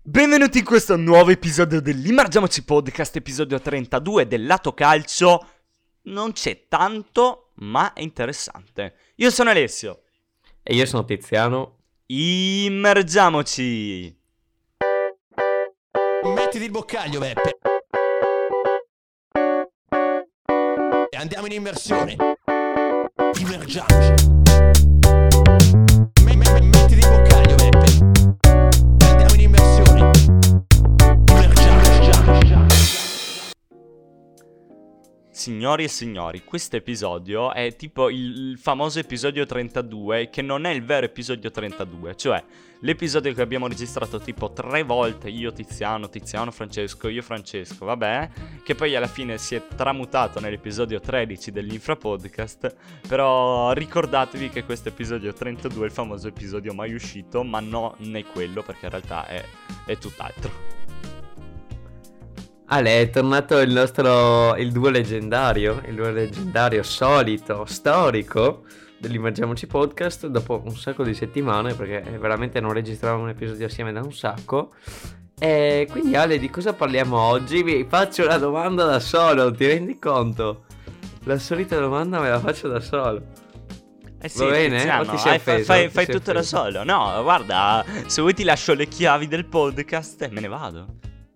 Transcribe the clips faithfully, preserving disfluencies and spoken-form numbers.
Benvenuti in questo nuovo episodio dell'Immergiamoci Podcast, episodio trentadue del lato calcio. Non c'è tanto, ma è interessante. Io sono Alessio. E io sono Tiziano. Immergiamoci! Mettiti il boccaglio, Beppe. E andiamo in immersione. Immergiamoci. Me- me- mettiti il boccaglio, Beppe. E andiamo in immersione. Immergiamoci. Signori e signori, questo episodio è tipo il famoso episodio trentadue, che non è il vero episodio trentadue, cioè l'episodio che abbiamo registrato tipo tre volte, io Tiziano, Tiziano Francesco, io Francesco, vabbè, che poi alla fine si è tramutato nell'episodio tredici dell'Infra Podcast. Però ricordatevi che questo episodio trentadue è il famoso episodio mai uscito, ma non è quello, perché in realtà è, è tutt'altro. Ale, è tornato il nostro, il duo leggendario, il duo leggendario solito, storico dell'Immergiamoci Podcast dopo un sacco di settimane, perché veramente non registravamo un episodio assieme da un sacco. E quindi Ale, di cosa parliamo oggi? Vi faccio la domanda da solo, ti rendi conto? La solita domanda me la faccio da solo. Eh sì, Va bene? Tiziano, O ti sei hai- fai, offeso? fai, Ti fai sei tutto da offeso? solo. No, guarda, se vuoi ti lascio le chiavi del podcast e me ne vado.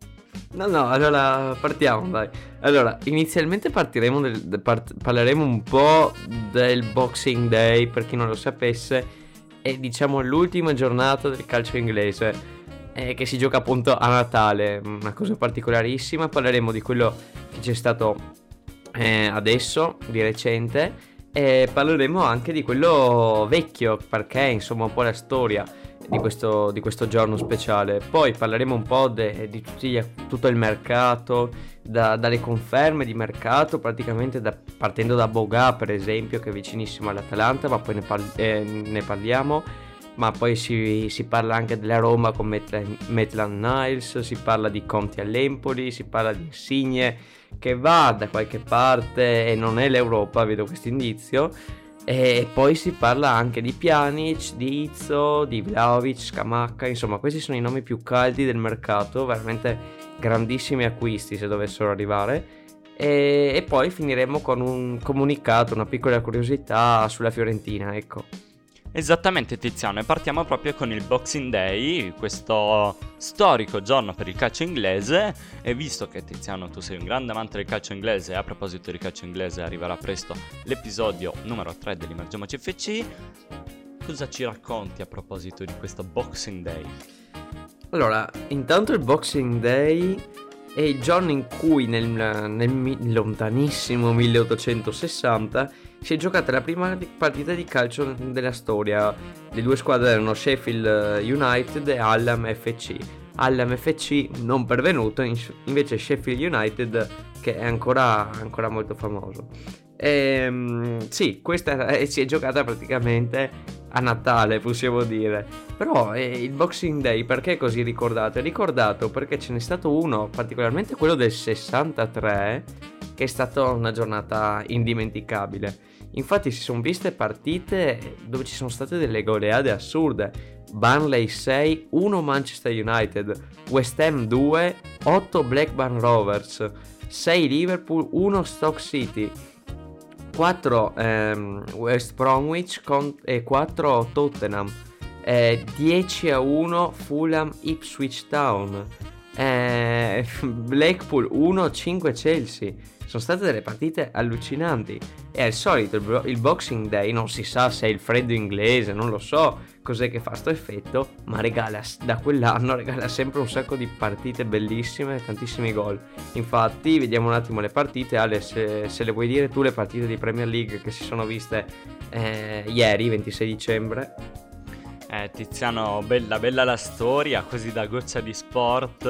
No, no, allora partiamo, dai. Allora, inizialmente partiremo del, de- part- parleremo un po' del Boxing Day, per chi non lo sapesse, è diciamo l'ultima giornata del calcio inglese, eh, che si gioca appunto a Natale, una cosa particolarissima. Parleremo di quello che c'è stato eh, adesso, di recente, e parleremo anche di quello vecchio, perché insomma un po' la storia di questo, di questo giorno speciale. Poi parleremo un po' de- di tutti gli- tutto il mercato, da- dalle conferme di mercato, praticamente da- partendo da Boga per esempio, che è vicinissimo all'Atalanta, ma poi ne, par- eh, ne parliamo. Ma poi si, si parla anche della Roma con Maitland Maitland Niles, si parla di Conti all'Empoli, si parla di Insigne che va da qualche parte e non è l'Europa, vedo questo indizio. E poi si parla anche di Pjanic, di Izzo, di Vlahovic, Scamacca, insomma questi sono i nomi più caldi del mercato, veramente grandissimi acquisti se dovessero arrivare. E, e poi finiremo con un comunicato, una piccola curiosità sulla Fiorentina, ecco. Esattamente, Tiziano, e partiamo proprio con il Boxing Day, questo storico giorno per il calcio inglese. E visto che, Tiziano, tu sei un grande amante del calcio inglese, e a proposito di calcio inglese arriverà presto l'episodio numero tre dell'Immergiamoci F C, cosa ci racconti a proposito di questo Boxing Day? Allora, intanto il Boxing Day è il giorno in cui nel, nel mi- lontanissimo milleottocentosessanta si è giocata la prima di- partita di calcio della storia. Le due squadre erano Sheffield United e Hallam F C. Hallam F C non pervenuto, in- invece Sheffield United che è ancora, ancora molto famoso. Ehm, sì, questa è- si è giocata praticamente a Natale, possiamo dire. Però eh, il Boxing Day perché è così ricordato? È ricordato perché ce n'è stato uno, particolarmente quello del sessantatré, che è stata una giornata indimenticabile. Infatti si sono viste partite dove ci sono state delle goleade assurde. Burnley sei, uno Manchester United, West Ham due, otto Blackburn Rovers, sei Liverpool, uno Stoke City, quattro ehm, West Bromwich con- e quattro Tottenham, eh, dieci a uno Fulham Ipswich Town, eh, Blackpool uno cinque Chelsea. Sono state delle partite allucinanti. E al solito il, bro- il Boxing Day non si sa se è il freddo inglese, non lo so cos'è che fa sto effetto, ma regala da quell'anno regala sempre un sacco di partite bellissime e tantissimi gol. Infatti vediamo un attimo le partite. Ale, se, se le vuoi dire tu le partite di Premier League che si sono viste eh, ieri ventisei dicembre. Eh, Tiziano, bella, bella la storia, così da goccia di sport.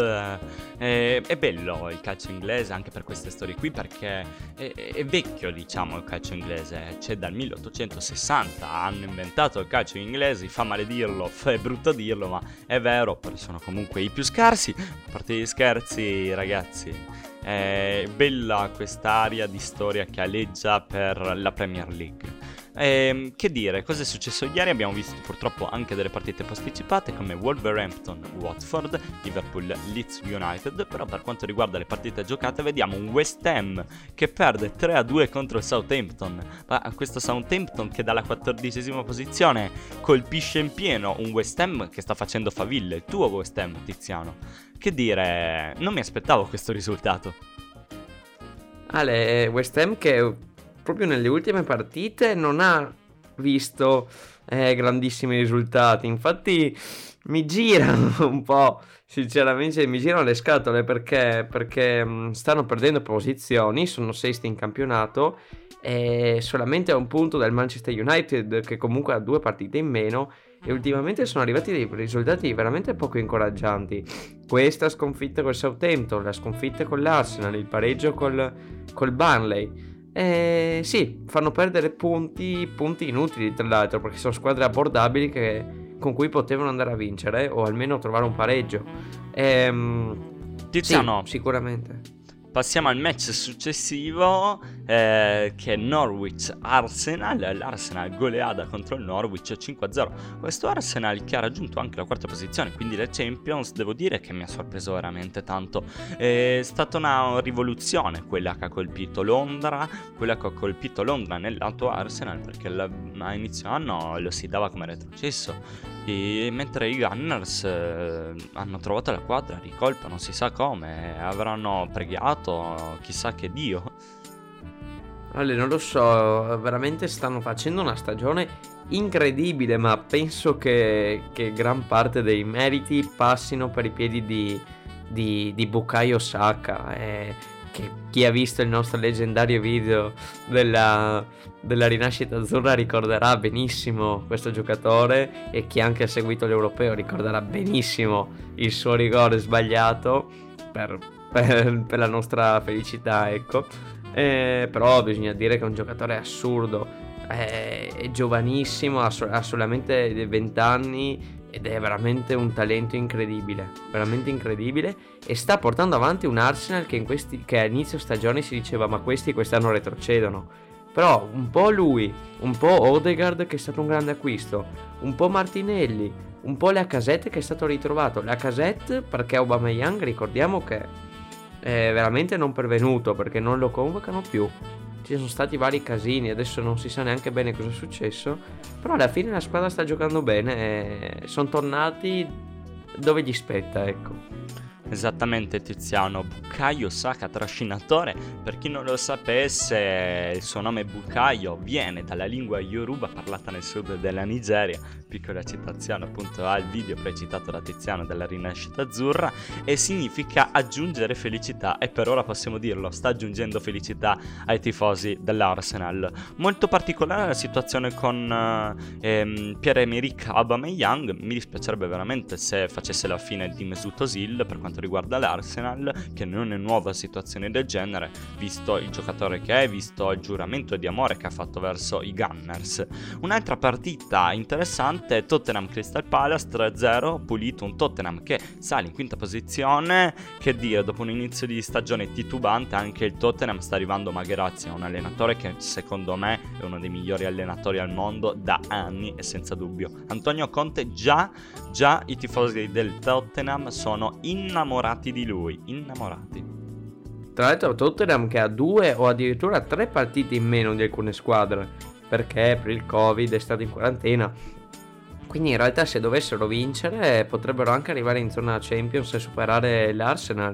Eh, è bello il calcio inglese anche per queste storie qui, perché è, è vecchio, diciamo, il calcio inglese. C'è dal milleottocentosessanta, hanno inventato il calcio inglese, fa male dirlo, fa- è brutto dirlo, ma è vero, però sono comunque i più scarsi. A parte gli scherzi, ragazzi, è bella quest'aria di storia che aleggia per la Premier League. Ehm, che dire, cosa è successo ieri? Abbiamo visto purtroppo anche delle partite posticipate come Wolverhampton-Watford, Liverpool-Leeds United, però per quanto riguarda le partite giocate vediamo un West Ham che perde tre a due contro il Southampton, ma questo Southampton che dalla quattordicesima posizione colpisce in pieno un West Ham che sta facendo faville, il tuo West Ham, Tiziano. Che dire, non mi aspettavo questo risultato. Ale, West Ham che proprio nelle ultime partite non ha visto eh, grandissimi risultati, infatti mi girano un po', sinceramente mi girano le scatole perché, perché mh, stanno perdendo posizioni, sono sesti in campionato e solamente a un punto dal Manchester United che comunque ha due partite in meno e ultimamente sono arrivati dei risultati veramente poco incoraggianti. Questa sconfitta col Southampton, la sconfitta con l'Arsenal, il pareggio col, col Burnley. Eh, sì, fanno perdere punti, punti inutili tra l'altro perché sono squadre abbordabili che, con cui potevano andare a vincere o almeno trovare un pareggio. Ehm, Tiziano, sì, sicuramente. passiamo al match successivo eh, che è Norwich-Arsenal. L'Arsenal goleada contro il Norwich cinque a zero. Questo Arsenal che ha raggiunto anche la quarta posizione, quindi le Champions, devo dire che mi ha sorpreso veramente tanto. È stata una rivoluzione quella che ha colpito Londra, quella che ha colpito Londra nel lato Arsenal, perché la, a inizio anno lo si dava come retrocesso. E mentre i Gunners eh, hanno trovato la quadra di colpa, non si sa come, avranno preghiato chissà che Dio. Allora, non lo so, veramente stanno facendo una stagione incredibile, ma penso che, che gran parte dei meriti passino per i piedi di, di, di Bukayo Saka, eh, che chi ha visto il nostro leggendario video della, della rinascita azzurra ricorderà benissimo questo giocatore, e chi anche ha seguito l'Europeo ricorderà benissimo il suo rigore sbagliato per, per, per la nostra felicità, ecco. Eh, però bisogna dire che è un giocatore assurdo, è, è giovanissimo, ha, so- ha solamente venti anni ed è veramente un talento incredibile, veramente incredibile, e sta portando avanti un Arsenal che, in questi, che a inizio stagione si diceva ma questi quest'anno retrocedono. Però un po' lui, un po' Odegaard che è stato un grande acquisto, un po' Martinelli, un po' Lacazette che è stato ritrovato. Lacazette perché Aubameyang ricordiamo che è veramente non pervenuto perché non lo convocano più. Ci sono stati vari casini, adesso non si sa neanche bene cosa è successo, però alla fine la squadra sta giocando bene e sono tornati dove gli spetta, ecco. Esattamente, Tiziano. Bukayo Saka, trascinatore. Per chi non lo sapesse, il suo nome Bukayo viene dalla lingua Yoruba parlata nel sud della Nigeria. Piccola citazione appunto al video precitato da Tiziano della rinascita azzurra, e significa aggiungere felicità, e per ora possiamo dirlo, sta aggiungendo felicità ai tifosi dell'Arsenal. Molto particolare la situazione con ehm, Pierre-Emerick Aubameyang. Mi dispiacerebbe veramente se facesse la fine di Mesut Özil per quanto riguarda l'Arsenal, che non è nuova situazione del genere, visto il giocatore che è, visto il giuramento di amore che ha fatto verso i Gunners. Un'altra partita interessante è Tottenham Crystal Palace tre a zero, pulito, un Tottenham che sale in quinta posizione. Che dire, dopo un inizio di stagione titubante anche il Tottenham sta arrivando Materazzi, un allenatore che secondo me è uno dei migliori allenatori al mondo da anni e senza dubbio. Antonio Conte, già, già i tifosi del Tottenham sono innamorati di lui, innamorati. Tra l'altro Tottenham che ha due o addirittura tre partite in meno di alcune squadre, perché per il Covid è stato in quarantena, quindi in realtà se dovessero vincere potrebbero anche arrivare in zona Champions e superare l'Arsenal,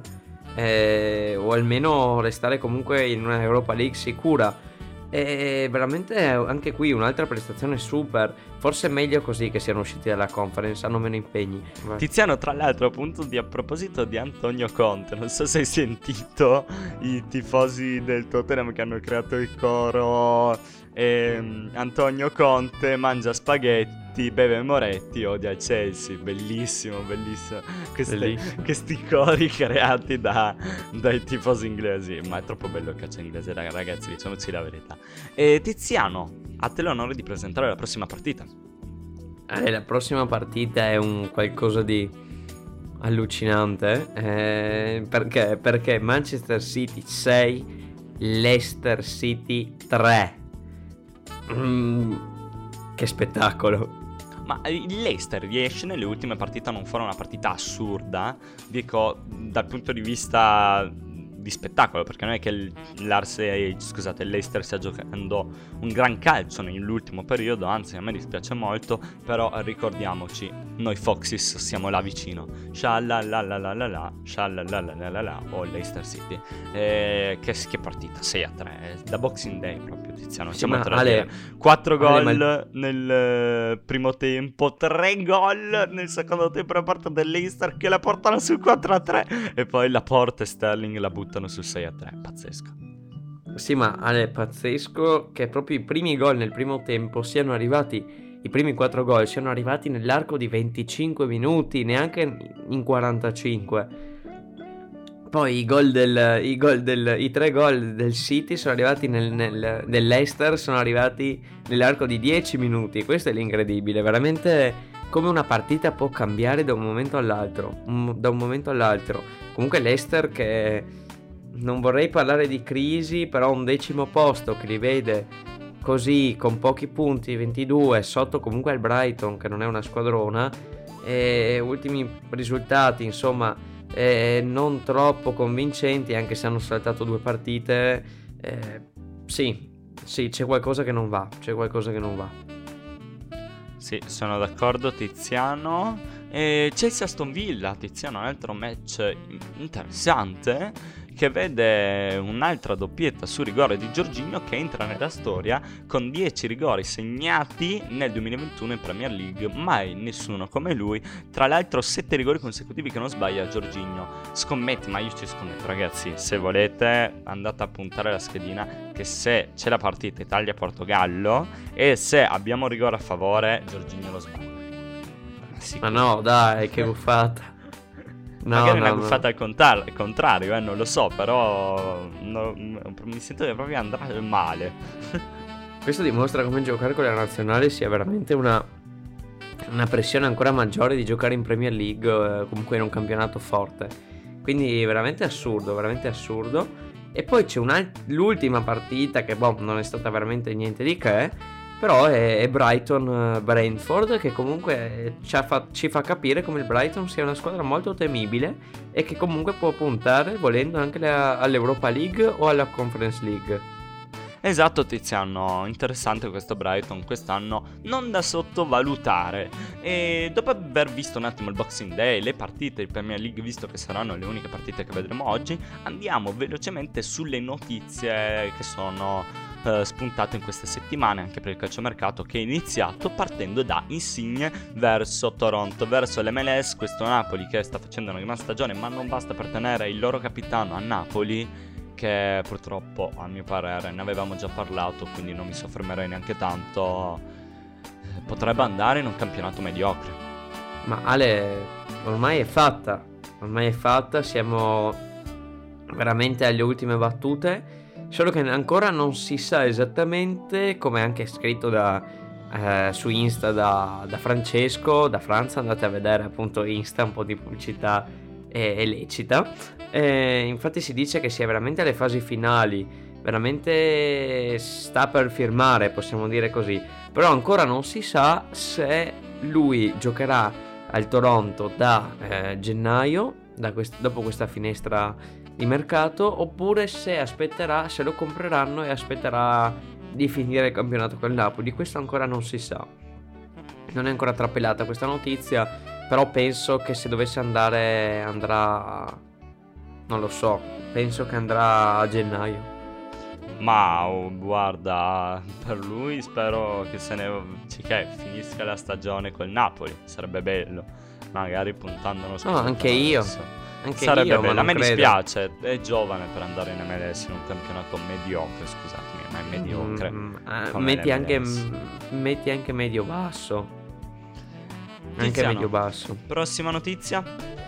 eh, o almeno restare comunque in una Europa League sicura. E veramente anche qui un'altra prestazione super. Forse è meglio così che siano usciti dalla conference, hanno meno impegni. Vai. Tiziano, tra l'altro, appunto, di, a proposito di Antonio Conte, non so se hai sentito i tifosi del Tottenham che hanno creato il coro ehm, Antonio Conte mangia spaghetti, beve Moretti, odia il Chelsea. Bellissimo, bellissimo. Queste, Bellissimo. Questi cori creati da, dai tifosi inglesi. Ma è troppo bello il calcio inglese, ragazzi, diciamoci la verità. E Tiziano, a te l'onore di presentare la prossima partita. Eh, la prossima partita è un qualcosa di allucinante, eh, perché? Perché Manchester City sei, Leicester City tre. Mm, che spettacolo. Ma il Leicester riesce nelle ultime partite a non fare una partita assurda, dico dal punto di vista di spettacolo, perché non è che il, l'Arse, scusate, il Leicester stia giocando un gran calcio nell'ultimo periodo, anzi a me dispiace molto, però ricordiamoci, noi Foxes siamo là vicino, sciallalalalala, sciallalalalala, o Leicester City, eh, che, che partita, sei a tre, da Boxing Day proprio, Tiziano, Sì, siamo ma a tre Ale, quattro Ale, gol ma- nel eh, primo tempo, tre gol nel secondo tempo da parte del Leicester che la portano sul quattro a tre e poi la porta e Sterling la buttano sul sei a tre, pazzesco. Sì, ma Ale, è pazzesco che proprio i primi gol nel primo tempo siano arrivati, i primi quattro gol siano arrivati nell'arco di venticinque minuti, neanche in quarantacinque. Poi i gol del, i gol del, i tre gol del City sono arrivati nel, nel, dell'Leicester sono arrivati nell'arco di dieci minuti. Questo è l'incredibile, veramente come una partita può cambiare da un momento all'altro, un- da un momento all'altro. Comunque l'Leicester che non vorrei parlare di crisi, però un decimo posto che li vede così con pochi punti, ventidue, sotto comunque il Brighton che non è una squadrona, e ultimi risultati insomma eh, non troppo convincenti, anche se hanno saltato due partite. eh, sì, sì, c'è qualcosa che non va, c'è qualcosa che non va. Sì, sono d'accordo, Tiziano. E Chelsea-Aston Villa, Tiziano, un altro match interessante che vede un'altra doppietta su rigore di Jorginho che entra nella storia con dieci rigori segnati nel duemilaventuno in Premier League, mai nessuno come lui, tra l'altro sette rigori consecutivi che non sbaglia Jorginho. Scommetti, ma io ci scommetto ragazzi, se volete andate a puntare la schedina che se c'è la partita Italia-Portogallo e se abbiamo rigore a favore Jorginho lo sbaglia. Ma no, dai, che buffata. No, Magari no, una no. buffata al contar- al contrario, eh, non lo so, però no, mi sento che proprio andrà male. Questo dimostra come giocare con la nazionale sia veramente una, una pressione ancora maggiore di giocare in Premier League, eh, comunque in un campionato forte. Quindi veramente assurdo, veramente assurdo. E poi c'è un'al- l'ultima partita che boh, non è stata veramente niente di che, però è, è Brighton-Brentford, che comunque ci, ha fa- ci fa capire come il Brighton sia una squadra molto temibile e che comunque può puntare volendo anche la- all'Europa League o alla Conference League. Esatto Tiziano, interessante questo Brighton quest'anno, non da sottovalutare. E dopo aver visto un attimo il Boxing Day, le partite di Premier League, visto che saranno le uniche partite che vedremo oggi, andiamo velocemente sulle notizie che sono eh, spuntate in queste settimane anche per il calciomercato, che è iniziato partendo da Insigne verso Toronto, verso l'M L S. Questo Napoli che sta facendo una gran stagione, ma non basta per tenere il loro capitano a Napoli, che purtroppo a mio parere ne avevamo già parlato, quindi non mi soffermerei neanche tanto, potrebbe andare in un campionato mediocre. Ma Ale, ormai è fatta, ormai è fatta, siamo veramente alle ultime battute, solo che ancora non si sa esattamente, come anche scritto da, eh, su Insta da, da Francesco, da Franza, andate a vedere appunto Insta, un po' di pubblicità è, è lecita. Eh, infatti si dice che sia veramente alle fasi finali, veramente sta per firmare, possiamo dire così, però ancora non si sa se lui giocherà al Toronto da eh, gennaio, da quest- dopo questa finestra di mercato, oppure se aspetterà, se lo compreranno e aspetterà di finire il campionato con il Napoli. Questo ancora non si sa, non è ancora trapelata questa notizia, però penso che se dovesse andare andrà, non lo so, penso che andrà a gennaio. Ma oh, guarda, per lui spero che se ne che finisca la stagione col Napoli, sarebbe bello, magari puntando uno No, anche io, anche sarebbe io, bello. ma A me non credo. dispiace, è giovane per andare in M L S in un campionato mediocre, scusatemi, ma è mediocre. Mm, eh, come metti anche l'M L S. m- metti anche medio basso. Anche Tiziano, medio basso. prossima notizia.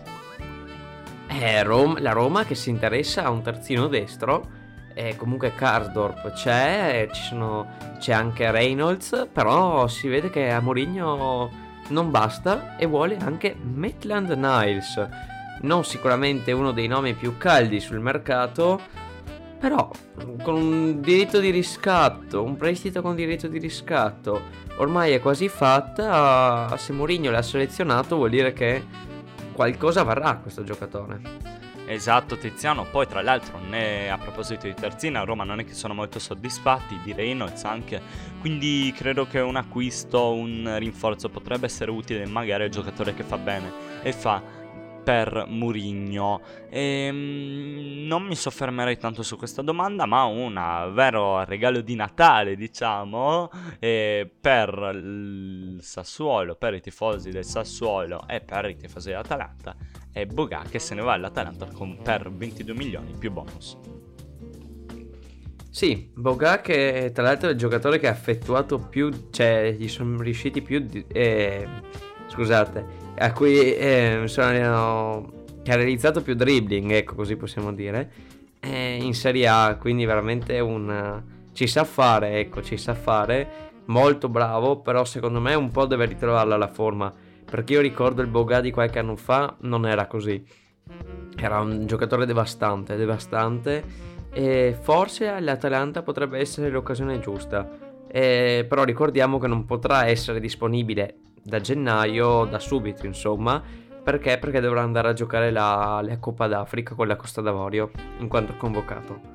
Eh, Rom- la Roma che si interessa a un terzino destro. E comunque Karsdorp c'è, ci sono, c'è anche Reynolds, però si vede che a Mourinho non basta e vuole anche Maitland-Niles. Non sicuramente uno dei nomi più caldi sul mercato, Però con un diritto di riscatto, un prestito con diritto di riscatto, ormai è quasi fatta. Se Mourinho l'ha selezionato vuol dire che qualcosa varrà questo giocatore. Esatto, Tiziano. Poi tra l'altro ne, a proposito di terzina, a Roma non è che sono molto soddisfatti di Reynolds anche, quindi credo che un acquisto, un rinforzo potrebbe essere utile magari al giocatore che fa bene e fa per Mourinho. E, non mi soffermerei tanto su questa domanda, ma un vero regalo di Natale, diciamo, eh, per il Sassuolo, per i tifosi del Sassuolo e per i tifosi dell'Atalanta, è Boga che se ne va all'Atalanta con, per ventidue milioni più bonus. Sì, Boga che tra l'altro è il giocatore che ha effettuato più, cioè gli sono riusciti più di, eh, scusate, a cui eh, sono, che ha realizzato più dribbling, ecco, così possiamo dire, eh, in Serie A, quindi veramente un ci sa fare, ecco, ci sa fare, molto bravo, però secondo me un po' deve ritrovarla la forma, perché io ricordo il Boga di qualche anno fa non era così, era un giocatore devastante, devastante, e forse all'Atalanta potrebbe essere l'occasione giusta, eh, però ricordiamo che non potrà essere disponibile da gennaio, da subito insomma. Perché? Perché dovrà andare a giocare la, la Coppa d'Africa con la Costa d'Avorio in quanto convocato.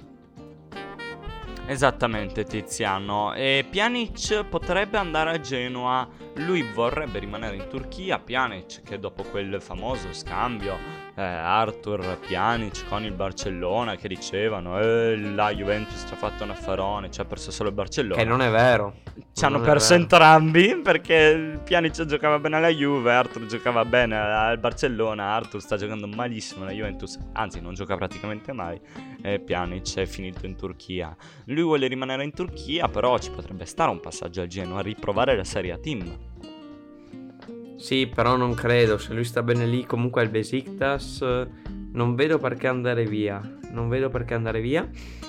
Esattamente, Tiziano. E Pjanic potrebbe andare a Genoa. Lui vorrebbe rimanere in Turchia. Pjanic che dopo quel famoso scambio eh, Arthur Pjanic con il Barcellona, che dicevano eh, la Juventus ci ha fatto un affarone, ci ha perso solo il Barcellona. Che non è vero. Ci hanno Non è perso vero. entrambi, perché Pjanic giocava bene alla Juve, Arthur giocava bene al Barcellona. Arthur sta giocando malissimo alla Juventus, anzi non gioca praticamente mai, e Pjanic è finito in Turchia. Lui vuole rimanere in Turchia, però ci potrebbe stare un passaggio al Genoa, a riprovare la Serie A Team. Sì, però non credo. Se lui sta bene lì, comunque al Besiktas, non vedo perché andare via. Non vedo perché andare via.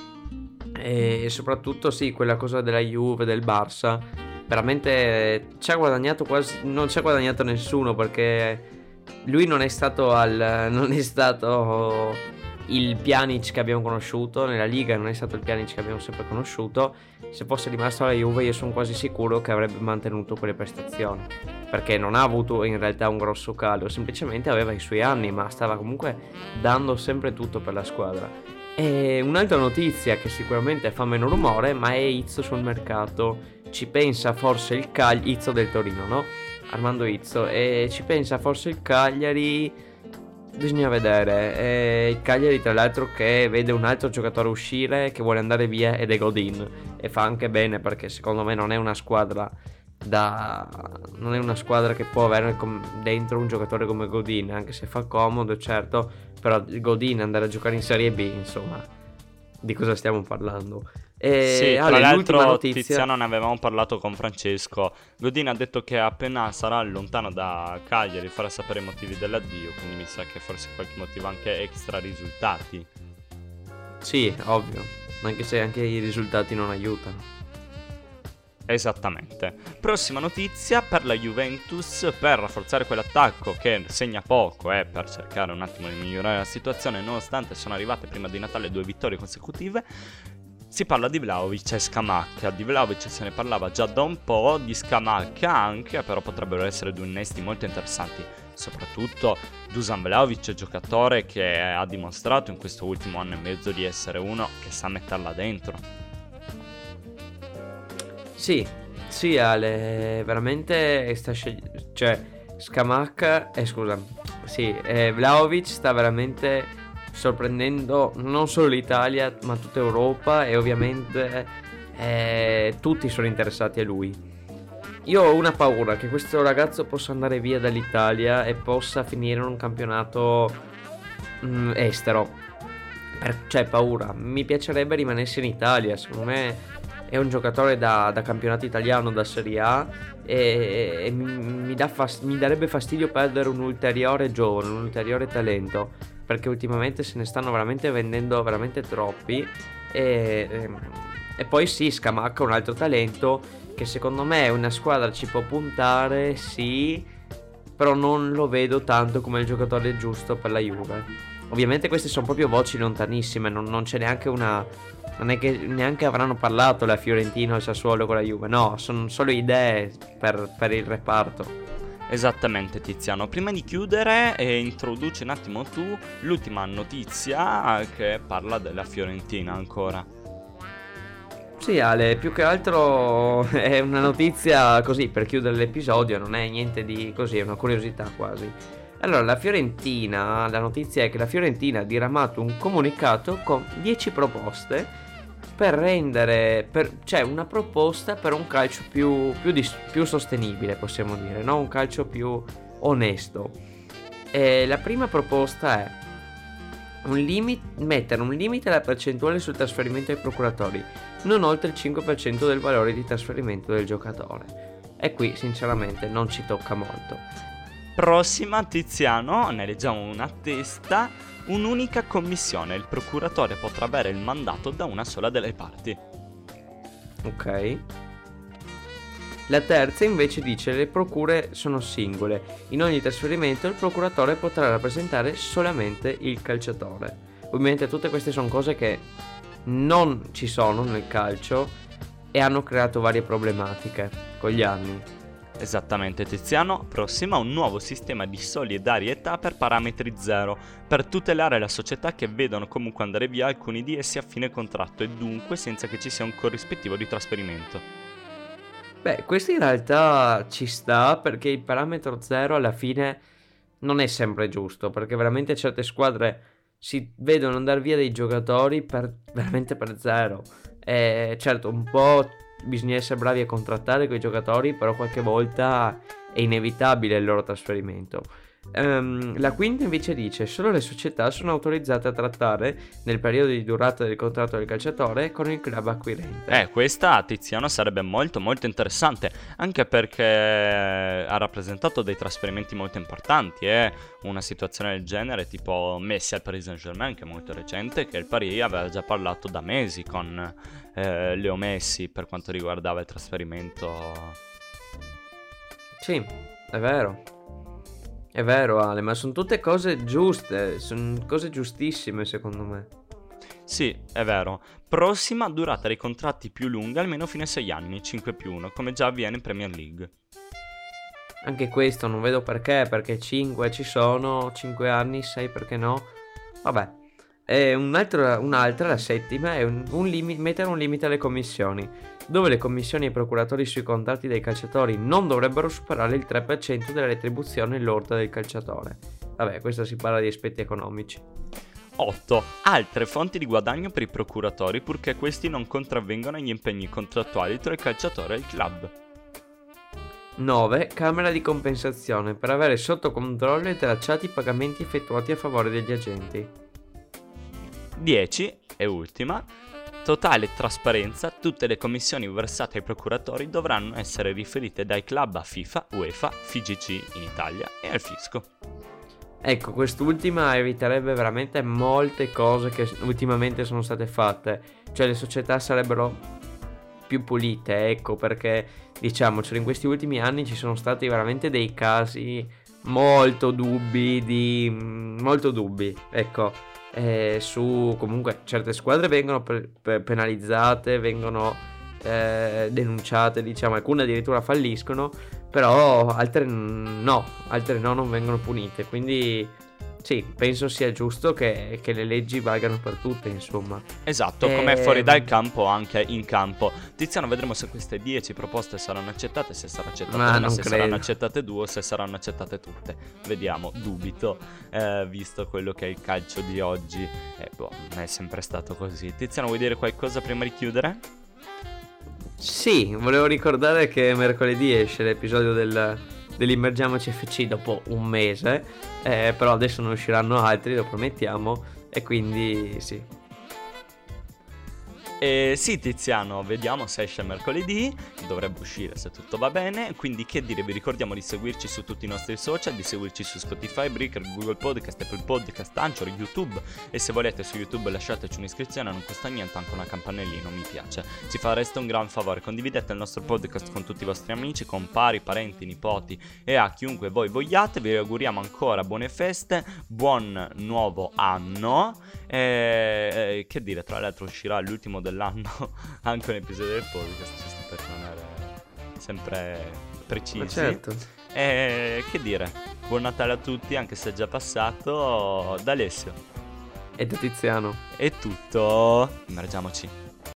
E soprattutto, sì, quella cosa della Juve, del Barça, veramente ci ha guadagnato quasi. Non ci ha guadagnato nessuno, perché lui non è stato al. Non è stato il Pjanic che abbiamo conosciuto nella Liga, non è stato il Pjanic che abbiamo sempre conosciuto. Se fosse rimasto alla Juve io sono quasi sicuro che avrebbe mantenuto quelle prestazioni, perché non ha avuto in realtà un grosso calo, semplicemente aveva i suoi anni, ma stava comunque dando sempre tutto per la squadra. E un'altra notizia che sicuramente fa meno rumore, ma è Izzo sul mercato. Ci pensa forse il Cagliari, Izzo del Torino, no? Armando Izzo, e ci pensa forse il Cagliari. Bisogna vedere. E il Cagliari tra l'altro che vede un altro giocatore uscire, che vuole andare via, ed è Godin, e fa anche bene, perché secondo me non è una squadra da non è una squadra che può avere com- dentro un giocatore come Godin, anche se fa comodo, certo, però Godin andare a giocare in Serie B, insomma, di cosa stiamo parlando? E Sì, tra Ale, l'ultima l'altro notizia. Tiziano, ne avevamo parlato con Francesco. Godin ha detto che appena sarà lontano da Cagliari farà sapere i motivi dell'addio, quindi mi sa che forse qualche motivo anche extra risultati. Sì, ovvio, anche se anche i risultati non aiutano. Esattamente. Prossima notizia per la Juventus, per rafforzare quell'attacco che segna poco e eh, per cercare un attimo di migliorare la situazione, nonostante sono arrivate prima di Natale due vittorie consecutive. Si parla di Vlahovic e Scamacca. Di Vlahovic se ne parlava già da un po', di Scamacca anche, però potrebbero essere due innesti molto interessanti. Soprattutto Dusan Vlahovic, giocatore che ha dimostrato in questo ultimo anno e mezzo di essere uno che sa metterla dentro. Sì, sì Ale, veramente sta scegliendo, cioè Scamacca, eh scusa, sì, eh, Vlahovic sta veramente sorprendendo non solo l'Italia ma tutta Europa, e ovviamente eh, tutti sono interessati a lui. Io ho una paura che questo ragazzo possa andare via dall'Italia e possa finire in un campionato mh, estero, per, cioè paura. Mi piacerebbe rimanessi in Italia, secondo me è un giocatore da, da campionato italiano, da Serie A, e, e mi, mi, dà fast, mi darebbe fastidio perdere un ulteriore giovane, un ulteriore talento, perché ultimamente se ne stanno veramente vendendo veramente troppi. E, e, e poi sì, Scamacca è un altro talento che secondo me una squadra ci può puntare, sì, però non lo vedo tanto come il giocatore giusto per la Juve. Ovviamente queste sono proprio voci lontanissime, non, non c'è neanche una... non è che neanche avranno parlato la Fiorentina o il Sassuolo con la Juve, no, sono solo idee per, per il reparto. Esattamente, Tiziano. Prima di chiudere, eh, introduci un attimo tu l'ultima notizia che parla della Fiorentina ancora. Sì, Ale, più che altro è una notizia così per chiudere l'episodio, non è niente di così, è una curiosità quasi. Allora, la Fiorentina, la notizia è che la Fiorentina ha diramato un comunicato con dieci proposte per rendere, per, cioè una proposta per un calcio più, più, dis, più sostenibile, possiamo dire, no? Un calcio più onesto. E la prima proposta è un limit, mettere un limite alla percentuale sul trasferimento ai procuratori, non oltre il cinque per cento del valore di trasferimento del giocatore. E qui sinceramente non ci tocca molto. Prossima, Tiziano, ne leggiamo una testa. Un'unica commissione, il procuratore potrà avere il mandato da una sola delle parti. Ok. La terza invece dice le procure sono singole. In ogni trasferimento il procuratore potrà rappresentare solamente il calciatore. Ovviamente tutte queste sono cose che non ci sono nel calcio e hanno creato varie problematiche con gli anni. Esattamente, Tiziano. Prossima, un nuovo sistema di solidarietà per parametri zero, per tutelare la società che vedono comunque andare via alcuni di essi a fine contratto e dunque senza che ci sia un corrispettivo di trasferimento. Beh, questo in realtà ci sta perché il parametro zero alla fine non è sempre giusto, perché veramente certe squadre si vedono andare via dei giocatori per veramente per zero. E certo, un po' bisogna essere bravi a contrattare quei giocatori, però qualche volta è inevitabile il loro trasferimento. Um, la quinta invece dice solo le società sono autorizzate a trattare nel periodo di durata del contratto del calciatore con il club acquirente. Eh, questa, Tiziano, sarebbe molto molto interessante, anche perché ha rappresentato dei trasferimenti molto importanti e eh? una situazione del genere tipo Messi al Paris Saint-Germain, che è molto recente, che il Paris aveva già parlato da mesi con eh, Leo Messi per quanto riguardava il trasferimento. Sì, è vero. È vero, Ale, ma sono tutte cose giuste, sono cose giustissime secondo me. Sì, è vero. Prossima, durata dei contratti più lunga, almeno fino a sei anni, cinque più uno, come già avviene in Premier League. Anche questo non vedo perché, perché cinque ci sono, cinque anni, sei perché no? Vabbè. E un'altra, un'altra, la settima, è un, un limite, mettere un limite alle commissioni, dove le commissioni ai procuratori sui contratti dei calciatori non dovrebbero superare il tre per cento della retribuzione lorda del calciatore. Vabbè, questo si parla di aspetti economici. otto. Altre fonti di guadagno per i procuratori, purché questi non contravvengano agli impegni contrattuali tra il calciatore e il club. nove. Camera di compensazione, per avere sotto controllo e tracciati i pagamenti effettuati a favore degli agenti. dieci. E ultima. Totale trasparenza, tutte le commissioni versate ai procuratori dovranno essere riferite dai club a FIFA, UEFA, F I G C in Italia e al fisco. Ecco, quest'ultima eviterebbe veramente molte cose che ultimamente sono state fatte, cioè le società sarebbero più pulite, ecco, perché diciamocelo, in questi ultimi anni ci sono stati veramente dei casi molto dubbi di molto dubbi, ecco. Eh, su comunque certe squadre vengono pe- pe- penalizzate, vengono eh, denunciate, diciamo, alcune addirittura falliscono, però altre no, altre no, non vengono punite, quindi sì, penso sia giusto che, che le leggi valgano per tutte, insomma. Esatto, e... come fuori dal campo anche in campo. Tiziano, vedremo se queste dieci proposte saranno accettate, se saranno accettate Ma una, non se credo. saranno accettate due o se saranno accettate tutte. Vediamo, dubito, eh, visto quello che è il calcio di oggi. E boh, è sempre stato così. Tiziano, vuoi dire qualcosa prima di chiudere? Sì, volevo ricordare che mercoledì esce l'episodio del, dell'Immergiamoci F C dopo un mese, eh, però adesso ne usciranno altri, lo promettiamo, e quindi sì. E sì, Tiziano, vediamo se esce mercoledì, dovrebbe uscire se tutto va bene, quindi che dire, vi ricordiamo di seguirci su tutti i nostri social, di seguirci su Spotify, Breaker, Google Podcast, Apple Podcast, Anchor, YouTube, e se volete su YouTube lasciateci un'iscrizione, non costa niente, anche una campanellina, mi piace, ci fareste un gran favore. Condividete il nostro podcast con tutti i vostri amici, compari, parenti, nipoti e a chiunque voi vogliate. Vi auguriamo ancora buone feste, buon nuovo anno, e che dire, tra l'altro uscirà l'ultimo dell'anno anche un episodio del podcast, giusto per rimanere sempre precisi. Ma certo. E che dire, buon Natale a tutti, anche se è già passato. Da Alessio E da Tiziano. è tutto, immergiamoci.